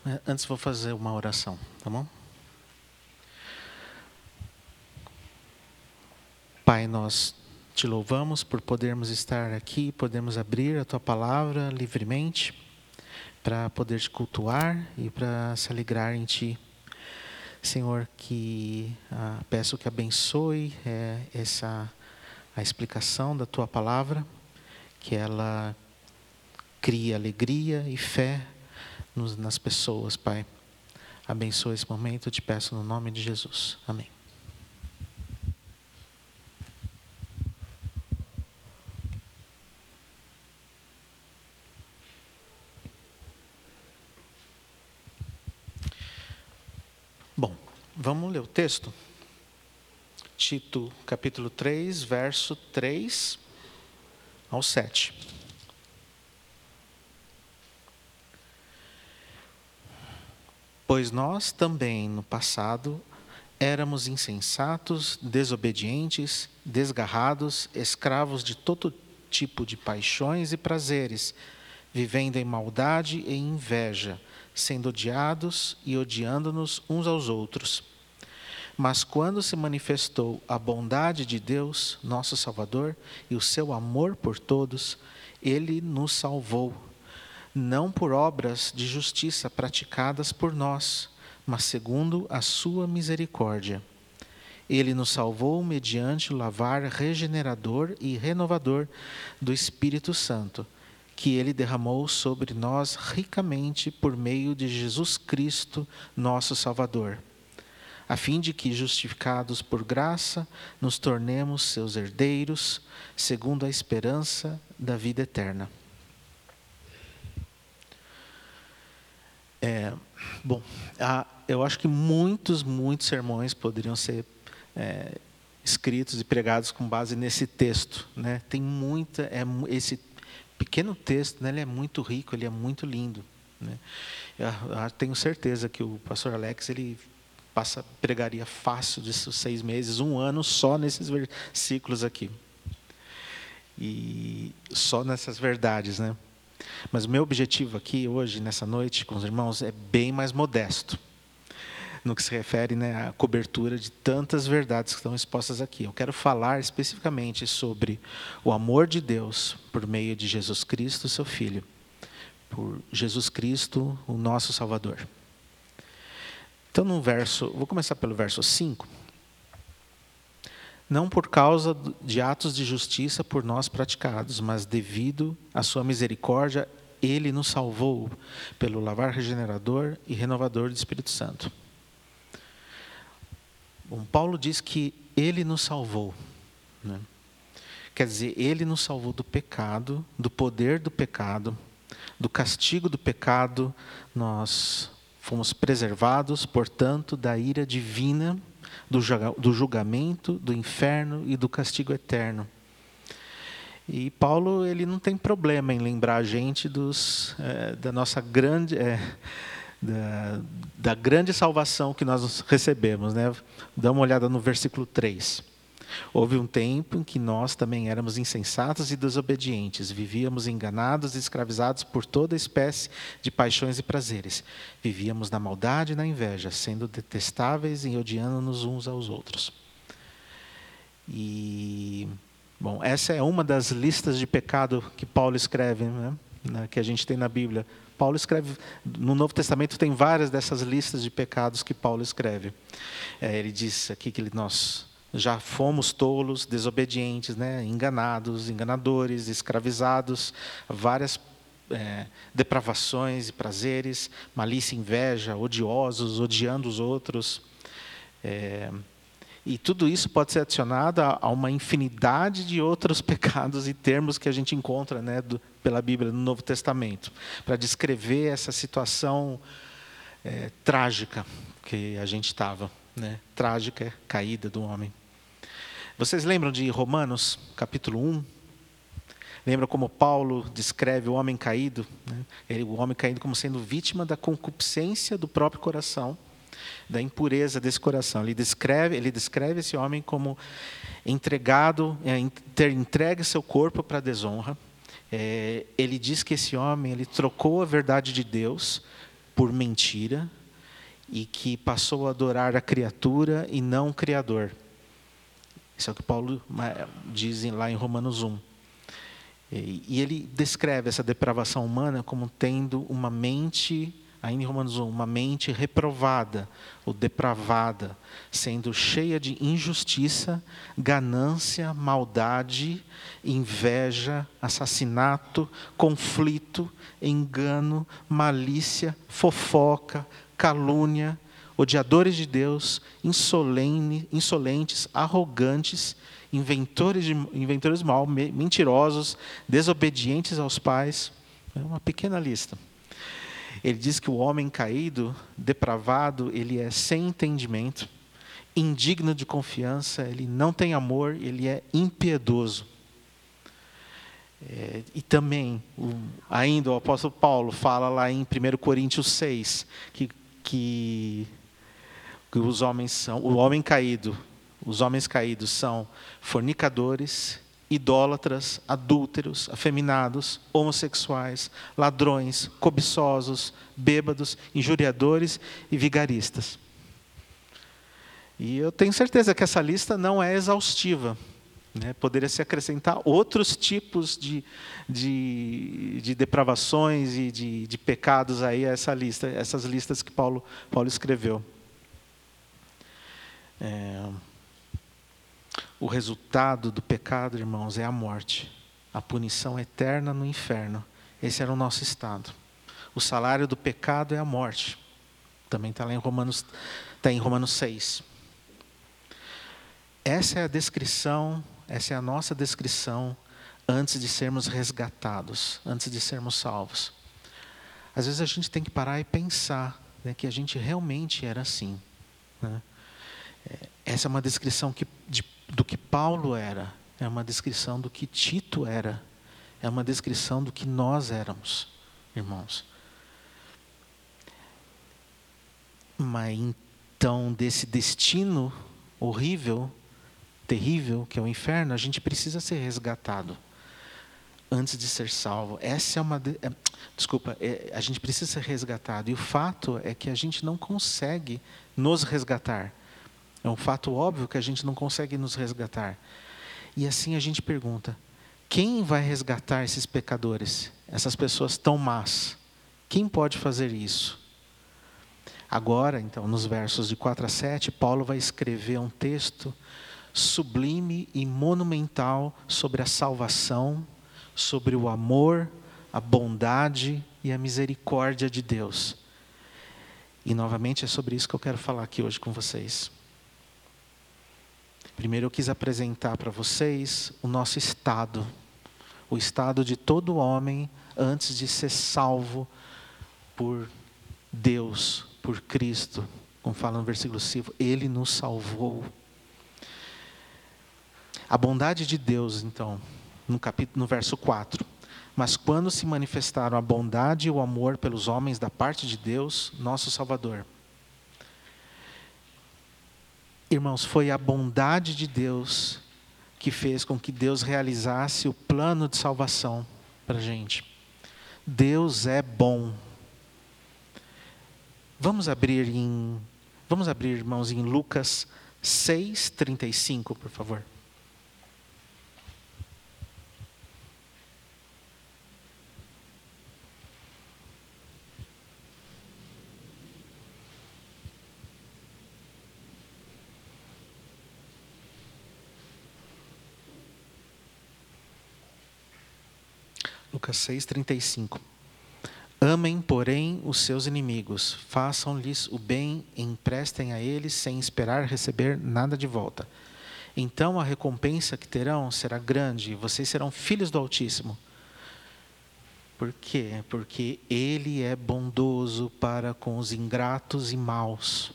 Antes vou fazer uma oração, tá bom? Pai, nós te louvamos por podermos estar aqui, podermos abrir a Tua Palavra livremente, para poder te cultuar e para se alegrar em Ti. Senhor, peço que abençoe a explicação da Tua Palavra, que ela crie alegria e fé nas pessoas, Pai. Abençoa esse momento, eu te peço no nome de Jesus. Amém. Bom, vamos ler o texto? Tito, capítulo 3, verso 3 ao 7. Pois nós também, no passado, éramos insensatos, desobedientes, desgarrados, escravos de todo tipo de paixões e prazeres, vivendo em maldade e inveja, sendo odiados e odiando-nos uns aos outros. Mas quando se manifestou a bondade de Deus, nosso Salvador, e o seu amor por todos, Ele nos salvou, não por obras de justiça praticadas por nós, mas segundo a sua misericórdia. Ele nos salvou mediante o lavar regenerador e renovador do Espírito Santo, que Ele derramou sobre nós ricamente por meio de Jesus Cristo, nosso Salvador, a fim de que, justificados por graça, nos tornemos seus herdeiros, segundo a esperança da vida eterna. Eu acho que muitos sermões poderiam ser escritos e pregados com base nesse texto, né? Tem esse pequeno texto, né? Ele é muito rico, ele é muito lindo, né? Eu tenho certeza que o pastor Alex, ele pregaria fácil disso 6 meses, 1 ano só nesses versículos aqui. E só nessas verdades, né? Mas o meu objetivo aqui hoje, nessa noite, com os irmãos, é bem mais modesto, no que se refere, né, à cobertura de tantas verdades que estão expostas aqui. Eu quero falar especificamente sobre o amor de Deus por meio de Jesus Cristo, seu Filho, por Jesus Cristo, o nosso Salvador. Então, vou começar pelo verso 5. Não por causa de atos de justiça por nós praticados, mas devido à sua misericórdia, Ele nos salvou pelo lavar regenerador e renovador do Espírito Santo. Bom, Paulo diz que Ele nos salvou, né? Quer dizer, Ele nos salvou do pecado, do poder do pecado, do castigo do pecado. Nós fomos preservados, portanto, da ira divina, do julgamento, do inferno e do castigo eterno. E Paulo, ele não tem problema em lembrar a gente da nossa grande, da grande salvação que nós recebemos, né? Dá uma olhada no versículo 3. Houve um tempo em que nós também éramos insensatos e desobedientes, vivíamos enganados e escravizados por toda espécie de paixões e prazeres. Vivíamos na maldade e na inveja, sendo detestáveis e odiando-nos uns aos outros. Bom, essa é uma das listas de pecado que Paulo escreve, né, que a gente tem na Bíblia. Paulo escreve, no Novo Testamento tem várias dessas listas de pecados que Paulo escreve. Ele diz aqui que nós já fomos tolos, desobedientes, né, enganados, enganadores, escravizados, várias depravações e prazeres, malícia, inveja, odiosos, odiando os outros. E tudo isso pode ser adicionado a uma infinidade de outros pecados e termos que a gente encontra, né, pela Bíblia, no Novo Testamento, para descrever essa situação trágica que a gente estava, né? Trágica caída do homem. Vocês lembram de Romanos, capítulo 1? Lembram como Paulo descreve o homem caído, né? O homem caído como sendo vítima da concupiscência do próprio coração, da impureza desse coração. Ele descreve esse homem como ter entregue seu corpo para a desonra. Ele diz que esse homem, ele trocou a verdade de Deus por mentira e que passou a adorar a criatura e não o Criador. Isso é o que Paulo diz lá em Romanos 1. E ele descreve essa depravação humana como tendo uma mente, ainda em Romanos 1, uma mente reprovada ou depravada, sendo cheia de injustiça, ganância, maldade, inveja, assassinato, conflito, engano, malícia, fofoca, calúnia, odiadores de Deus, insolentes, arrogantes, inventores de mal, mentirosos, desobedientes aos pais. É uma pequena lista. Ele diz que o homem caído, depravado, ele é sem entendimento, indigno de confiança, ele não tem amor, ele é impiedoso. E também, ainda o apóstolo Paulo fala lá em 1 Coríntios 6, que os homens caídos são fornicadores, idólatras, adúlteros, afeminados, homossexuais, ladrões, cobiçosos, bêbados, injuriadores e vigaristas. E eu tenho certeza que essa lista não é exaustiva, né? Poderia se acrescentar outros tipos de depravações e de pecados aí a essas listas que Paulo escreveu. O resultado do pecado, irmãos, é a morte, a punição eterna no inferno. Esse era o nosso estado. O salário do pecado é a morte. Também está lá em Romanos 6. Essa é a descrição, essa é a nossa descrição antes de sermos resgatados, antes de sermos salvos. Às vezes a gente tem que parar e pensar, né, que a gente realmente era assim, né? Essa é uma descrição do que Paulo era, é uma descrição do que Tito era, é uma descrição do que nós éramos, irmãos. Mas então, desse destino horrível, terrível, que é o inferno, a gente precisa ser resgatado antes de ser salvo. A gente precisa ser resgatado. E o fato é que a gente não consegue nos resgatar. É um fato óbvio que a gente não consegue nos resgatar. E assim a gente pergunta, quem vai resgatar esses pecadores? Essas pessoas tão más? Quem pode fazer isso? Agora, então, nos versos de 4 a 7, Paulo vai escrever um texto sublime e monumental sobre a salvação, sobre o amor, a bondade e a misericórdia de Deus. E, novamente, é sobre isso que eu quero falar aqui hoje com vocês. Primeiro eu quis apresentar para vocês o nosso estado, o estado de todo homem antes de ser salvo por Deus, por Cristo. Como fala no versículo 5, Ele nos salvou. A bondade de Deus, então, no verso 4. Mas quando se manifestaram a bondade e o amor pelos homens da parte de Deus, nosso Salvador. Irmãos, foi a bondade de Deus que fez com que Deus realizasse o plano de salvação para a gente. Deus é bom. Vamos abrir, irmãos, em Lucas 6:35, por favor. Lucas 6:35. Amem, porém, os seus inimigos, façam-lhes o bem e emprestem a eles sem esperar receber nada de volta. Então a recompensa que terão será grande e vocês serão filhos do Altíssimo. Por quê? Porque Ele é bondoso para com os ingratos e maus.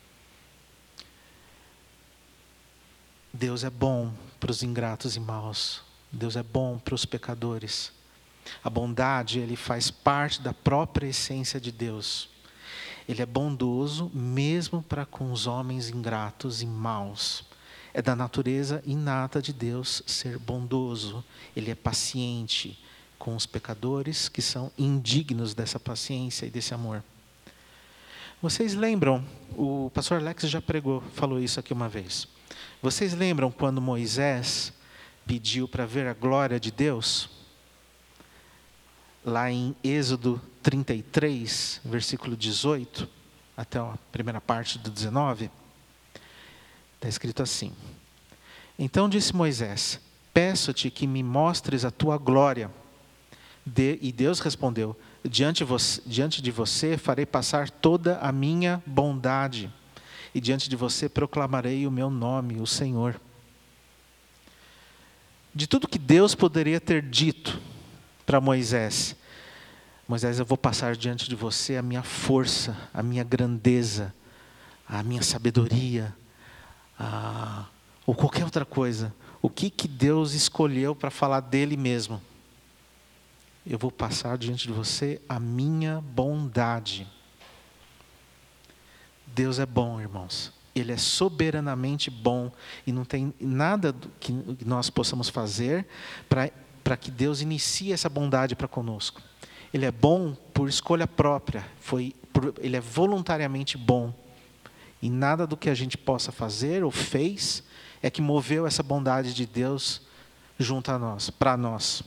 Deus é bom para os ingratos e maus. Deus é bom para os pecadores. A bondade, ele faz parte da própria essência de Deus. Ele é bondoso mesmo para com os homens ingratos e maus. É da natureza inata de Deus ser bondoso. Ele é paciente com os pecadores que são indignos dessa paciência e desse amor. Vocês lembram, o pastor Alex já falou isso aqui uma vez. Vocês lembram quando Moisés pediu para ver a glória de Deus? Lá em Êxodo 33, versículo 18, até a primeira parte do 19, está escrito assim: Então disse Moisés: Peço-te que me mostres a tua glória. E Deus respondeu: Diante de você farei passar toda a minha bondade, e diante de você proclamarei o meu nome, o Senhor. De tudo que Deus poderia ter dito para Moisés: Moisés, eu vou passar diante de você a minha força, a minha grandeza, a minha sabedoria, ou qualquer outra coisa. O que Deus escolheu para falar dele mesmo? Eu vou passar diante de você a minha bondade. Deus é bom, irmãos. Ele é soberanamente bom. E não tem nada que nós possamos fazer para que Deus inicie essa bondade para conosco. Ele é bom por escolha própria. Ele é voluntariamente bom. E nada do que a gente possa fazer ou fez é que moveu essa bondade de Deus junto a nós, para nós.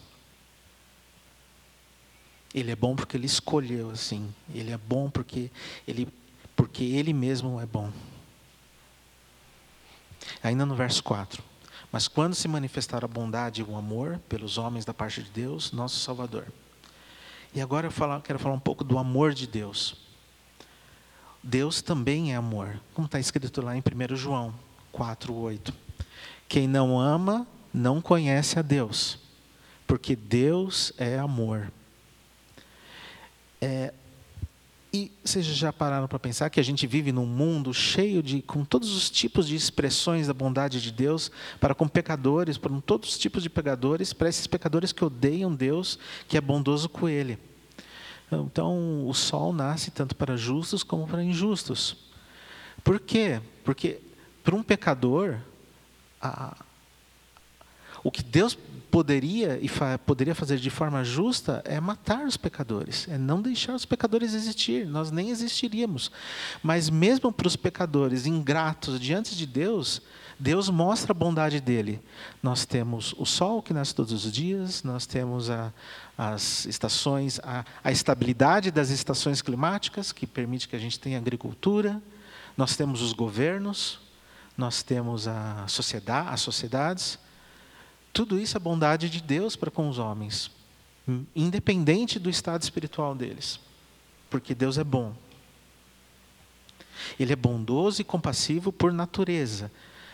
Ele é bom porque Ele escolheu assim. Ele é bom porque Ele mesmo é bom. Ainda no verso 4. Mas quando se manifestar a bondade e o amor pelos homens da parte de Deus, nosso Salvador. E agora eu quero falar um pouco do amor de Deus. Deus também é amor. Como está escrito lá em 1 João 4:8. Quem não ama, não conhece a Deus, porque Deus é amor. E vocês já pararam para pensar que a gente vive num mundo cheio com todos os tipos de expressões da bondade de Deus para com pecadores, para todos os tipos de pecadores, para esses pecadores que odeiam Deus, que é bondoso com Ele. Então, o sol nasce tanto para justos como para injustos. Por quê? Porque para um pecador, o que Deus poderia fazer de forma justa é matar os pecadores, é não deixar os pecadores existir, nós nem existiríamos. Mas mesmo para os pecadores ingratos diante de Deus, Deus mostra a bondade dele. Nós temos o sol que nasce todos os dias, nós temos as estações, a estabilidade das estações climáticas, que permite que a gente tenha agricultura, nós temos os governos, nós temos as sociedades. Tudo isso é bondade de Deus para com os homens, independente do estado espiritual deles, porque Deus é bom. Ele é bondoso e compassivo por natureza.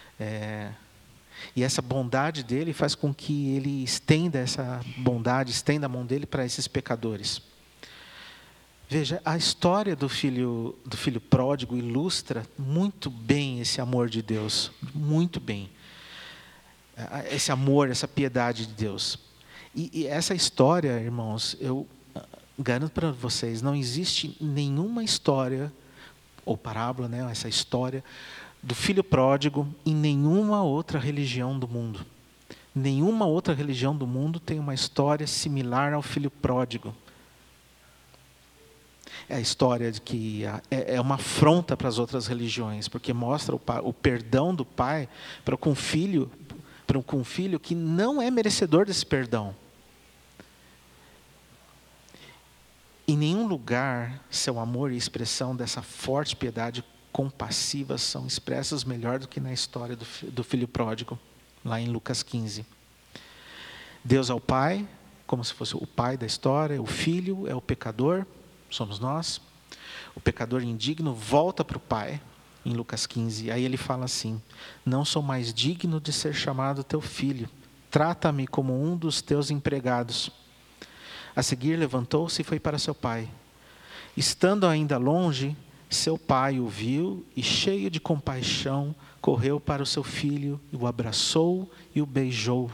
E essa bondade dele faz com que ele estenda a mão dele para esses pecadores. Veja, a história do filho pródigo ilustra muito bem esse amor de Deus, muito bem. Esse amor, essa piedade de Deus. E essa história, irmãos, eu garanto para vocês, não existe nenhuma história, ou parábola, né, essa história do filho pródigo em nenhuma outra religião do mundo. Nenhuma outra religião do mundo tem uma história similar ao filho pródigo. É a história de que é uma afronta para as outras religiões, porque mostra o perdão do pai para com um filho que não é merecedor desse perdão. Em nenhum lugar, seu amor e expressão dessa forte piedade compassiva são expressas melhor do que na história do filho pródigo, lá em Lucas 15. Deus é o pai, como se fosse o pai da história, o filho é o pecador, somos nós. O pecador indigno volta para o pai, em Lucas 15, aí ele fala assim: não sou mais digno de ser chamado teu filho, trata-me como um dos teus empregados. A seguir levantou-se e foi para seu pai. Estando ainda longe, seu pai o viu e, cheio de compaixão, correu para o seu filho, o abraçou e o beijou.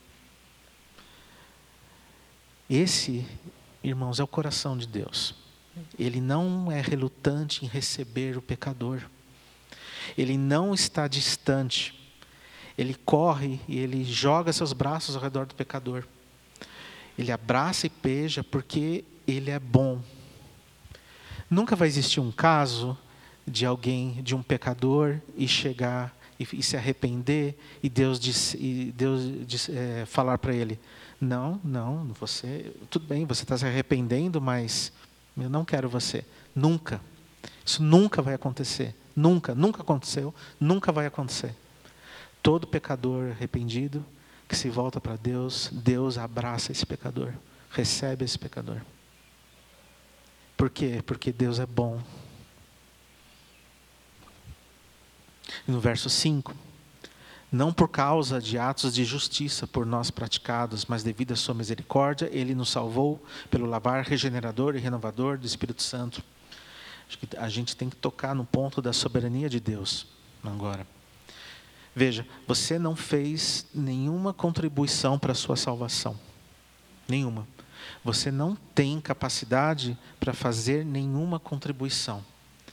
Esse, irmãos, é o coração de Deus. Ele não é relutante em receber o pecador. Ele não está distante. Ele corre e ele joga seus braços ao redor do pecador. Ele abraça e beija porque ele é bom. Nunca vai existir um caso de alguém, de um pecador, e chegar e se arrepender e Deus falar para ele: não, você, tudo bem, você está se arrependendo, mas eu não quero você. Nunca. Isso nunca vai acontecer. Nunca aconteceu, nunca vai acontecer. Todo pecador arrependido que se volta para Deus, Deus abraça esse pecador, recebe esse pecador. Por quê? Porque Deus é bom. E no verso 5, não por causa de atos de justiça por nós praticados, mas devido à sua misericórdia, Ele nos salvou pelo lavar regenerador e renovador do Espírito Santo. Acho que a gente tem que tocar no ponto da soberania de Deus agora. Veja, você não fez nenhuma contribuição para a sua salvação. Nenhuma. Você não tem capacidade para fazer nenhuma contribuição.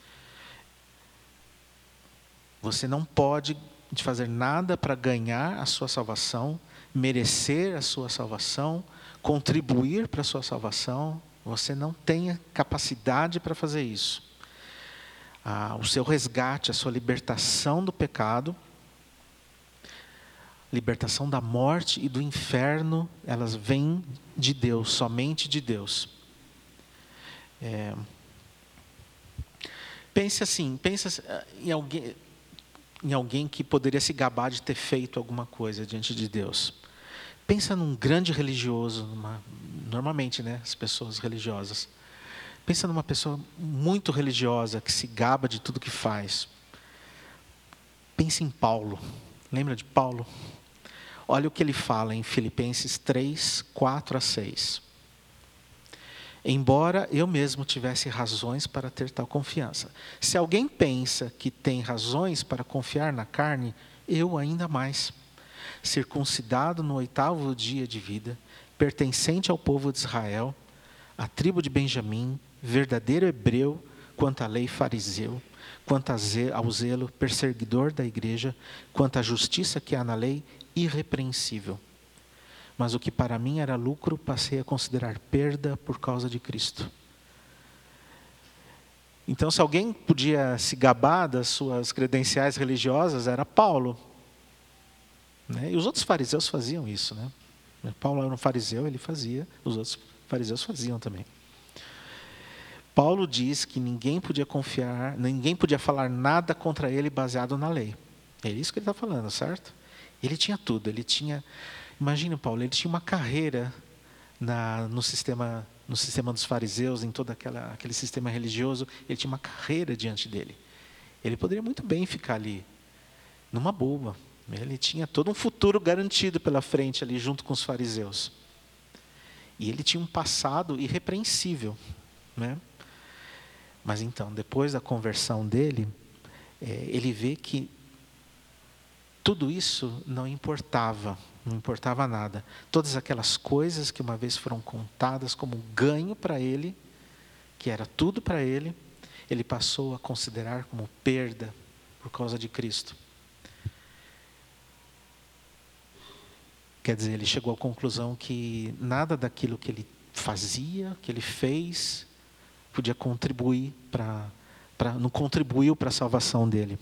Você não pode fazer nada para ganhar a sua salvação, merecer a sua salvação, contribuir para a sua salvação. Você não tem capacidade para fazer isso. O seu resgate, a sua libertação do pecado, libertação da morte e do inferno, elas vêm de Deus, somente de Deus. Pense em alguém que poderia se gabar de ter feito alguma coisa diante de Deus. Pensa num grande religioso, normalmente, né, as pessoas religiosas. Pensa numa pessoa muito religiosa que se gaba de tudo que faz. Pense em Paulo. Lembra de Paulo? Olha o que ele fala em Filipenses 3, 4 a 6. Embora eu mesmo tivesse razões para ter tal confiança. Se alguém pensa que tem razões para confiar na carne, eu ainda mais. Circuncidado no 8º dia de vida, pertencente ao povo de Israel, à tribo de Benjamim, verdadeiro hebreu, quanto à lei fariseu, quanto ao zelo perseguidor da igreja, quanto à justiça que há na lei, irrepreensível. Mas o que para mim era lucro, passei a considerar perda por causa de Cristo. Então, se alguém podia se gabar das suas credenciais religiosas, era Paulo. Né? E os outros fariseus faziam isso. Né? Paulo era um fariseu, ele fazia, os outros fariseus faziam também. Paulo diz que ninguém podia confiar, ninguém podia falar nada contra ele baseado na lei. É isso que ele está falando, certo? Ele tinha tudo, ele tinha... Imagina, Paulo, ele tinha uma carreira no sistema dos fariseus, em todo aquele sistema religioso, ele tinha uma carreira diante dele. Ele poderia muito bem ficar ali, numa boa. Ele tinha todo um futuro garantido pela frente ali, junto com os fariseus. E ele tinha um passado irrepreensível. Né? Mas então, depois da conversão dele, ele vê que tudo isso não importava nada. Todas aquelas coisas que uma vez foram contadas como ganho para ele, que era tudo para ele, ele passou a considerar como perda por causa de Cristo. Quer dizer, ele chegou à conclusão que nada daquilo que ele fazia, que ele fez, podia contribuir não contribuiu para a salvação dele.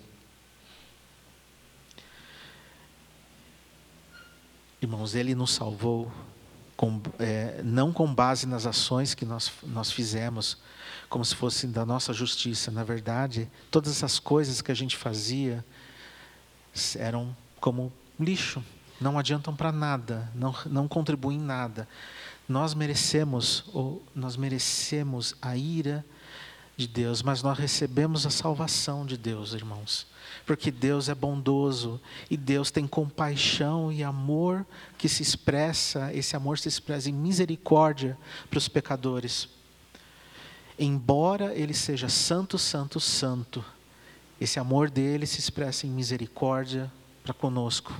Irmãos, Ele nos salvou não com base nas ações que nós fizemos, como se fossem da nossa justiça. Na verdade, todas essas coisas que a gente fazia eram como lixo, não adiantam para nada, não contribuem em nada. Nós merecemos a ira de Deus, mas nós recebemos a salvação de Deus, irmãos. Porque Deus é bondoso e Deus tem compaixão e amor que se expressa, esse amor se expressa em misericórdia para os pecadores. Embora Ele seja santo, santo, santo, esse amor dele se expressa em misericórdia para conosco.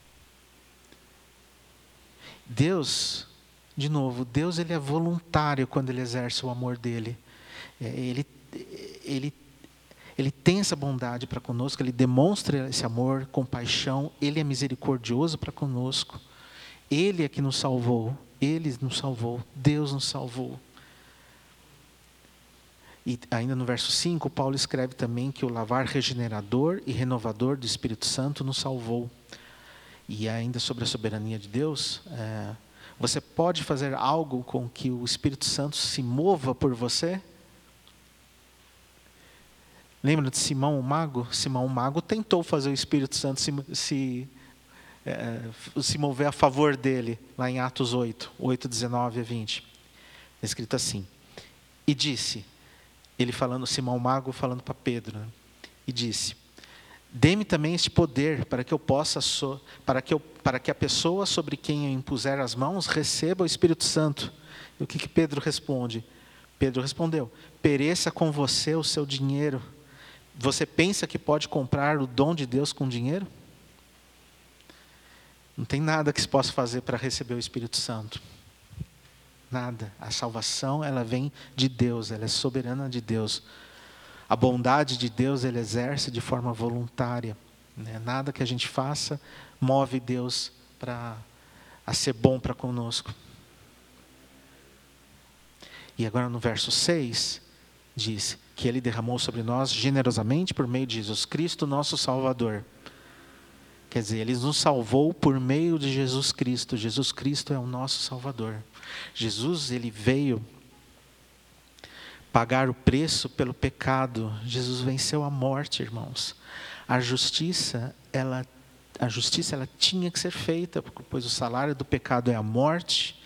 Deus, de novo, Deus ele é voluntário quando Ele exerce o amor dele. Ele tem essa bondade para conosco, Ele demonstra esse amor, compaixão, Ele é misericordioso para conosco. Ele é que nos salvou, Ele nos salvou, Deus nos salvou. E ainda no verso 5, Paulo escreve também que o lavar regenerador e renovador do Espírito Santo nos salvou. E ainda sobre a soberania de Deus, você pode fazer algo com que o Espírito Santo se mova por você? Lembra de Simão o Mago? Simão o Mago tentou fazer o Espírito Santo se mover a favor dele, lá em Atos 8, 19 a 20. É escrito assim: e disse, ele falando, Simão o Mago falando para Pedro, né? E disse: dê-me também este poder para que eu possa, para que a pessoa sobre quem eu impuser as mãos receba o Espírito Santo. E o que Pedro responde? Pedro respondeu: pereça com você o seu dinheiro. Você pensa que pode comprar o dom de Deus com dinheiro? Não tem nada que se possa fazer para receber o Espírito Santo. Nada. A salvação, ela vem de Deus, ela é soberana de Deus. A bondade de Deus, Ele exerce de forma voluntária. Nada que a gente faça move Deus a ser bom para conosco. E agora no verso 6, diz que Ele derramou sobre nós generosamente por meio de Jesus Cristo, nosso Salvador. Quer dizer, Ele nos salvou por meio de Jesus Cristo. Jesus Cristo é o nosso Salvador. Jesus, Ele veio pagar o preço pelo pecado. Jesus venceu a morte, irmãos. A justiça, ela tinha que ser feita, pois o salário do pecado é a morte,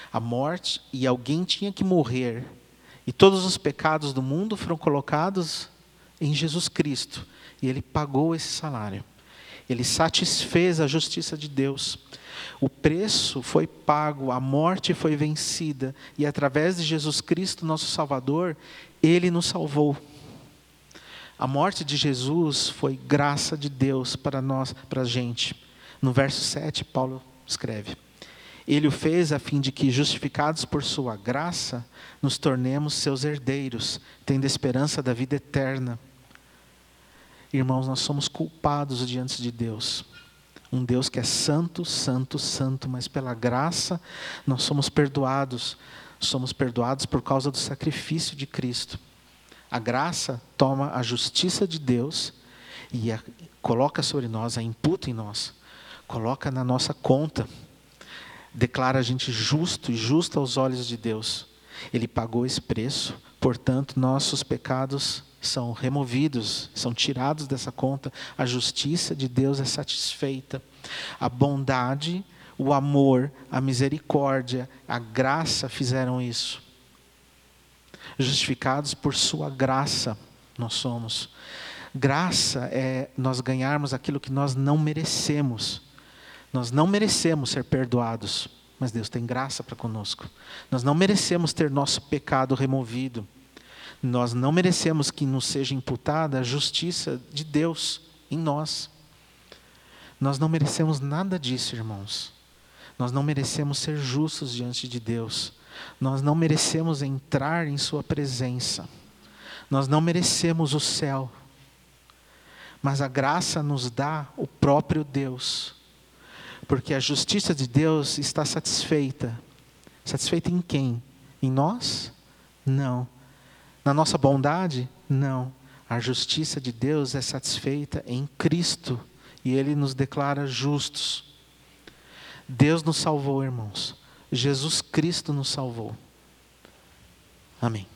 e alguém tinha que morrer. E todos os pecados do mundo foram colocados em Jesus Cristo. E Ele pagou esse salário. Ele satisfez a justiça de Deus. O preço foi pago, a morte foi vencida. E através de Jesus Cristo, nosso Salvador, Ele nos salvou. A morte de Jesus foi graça de Deus para nós, para a gente. No verso 7, Paulo escreve: Ele o fez a fim de que, justificados por sua graça, nos tornemos seus herdeiros, tendo esperança da vida eterna. Irmãos, nós somos culpados diante de Deus. Um Deus que é santo, santo, santo, mas pela graça nós somos perdoados. Somos perdoados por causa do sacrifício de Cristo. A graça toma a justiça de Deus e coloca sobre nós, a imputa em nós, coloca na nossa conta, declara a gente justo e justo aos olhos de Deus. Ele pagou esse preço, portanto, nossos pecados são removidos, são tirados dessa conta. A justiça de Deus é satisfeita. A bondade, o amor, a misericórdia, a graça fizeram isso. Justificados por sua graça, nós somos. Graça é nós ganharmos aquilo que nós não merecemos. Nós não merecemos ser perdoados, mas Deus tem graça para conosco. Nós não merecemos ter nosso pecado removido. Nós não merecemos que nos seja imputada a justiça de Deus em nós. Nós não merecemos nada disso, irmãos. Nós não merecemos ser justos diante de Deus. Nós não merecemos entrar em sua presença. Nós não merecemos o céu. Mas a graça nos dá o próprio Deus. Porque a justiça de Deus está satisfeita. Satisfeita em quem? Em nós? Não. Na nossa bondade? Não. A justiça de Deus é satisfeita em Cristo. E Ele nos declara justos. Deus nos salvou, irmãos. Jesus Cristo nos salvou. Amém.